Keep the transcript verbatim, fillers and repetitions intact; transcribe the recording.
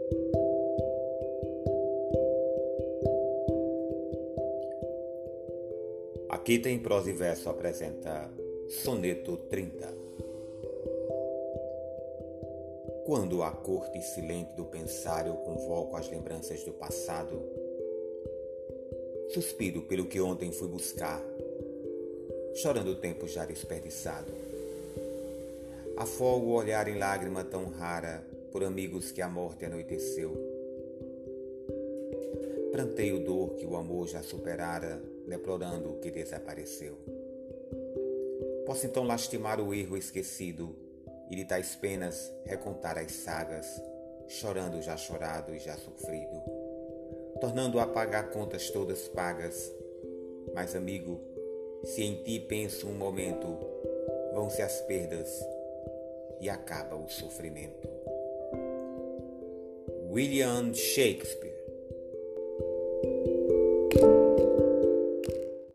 Aqui tem prosa e verso apresenta Soneto trinta. Quando a corte silente do pensar eu convoco as lembranças do passado, suspiro pelo que ontem fui buscar, chorando o tempo já desperdiçado. Afogo o olhar em lágrima tão rara por amigos que a morte anoiteceu. Pranteio dor que o amor já superara, deplorando o que desapareceu. Posso então lastimar o erro esquecido e de tais penas recontar as sagas, chorando já chorado e já sofrido, tornando a pagar contas todas pagas. Mas amigo, se em ti penso um momento, vão-se as perdas e acaba o sofrimento. William Shakespeare.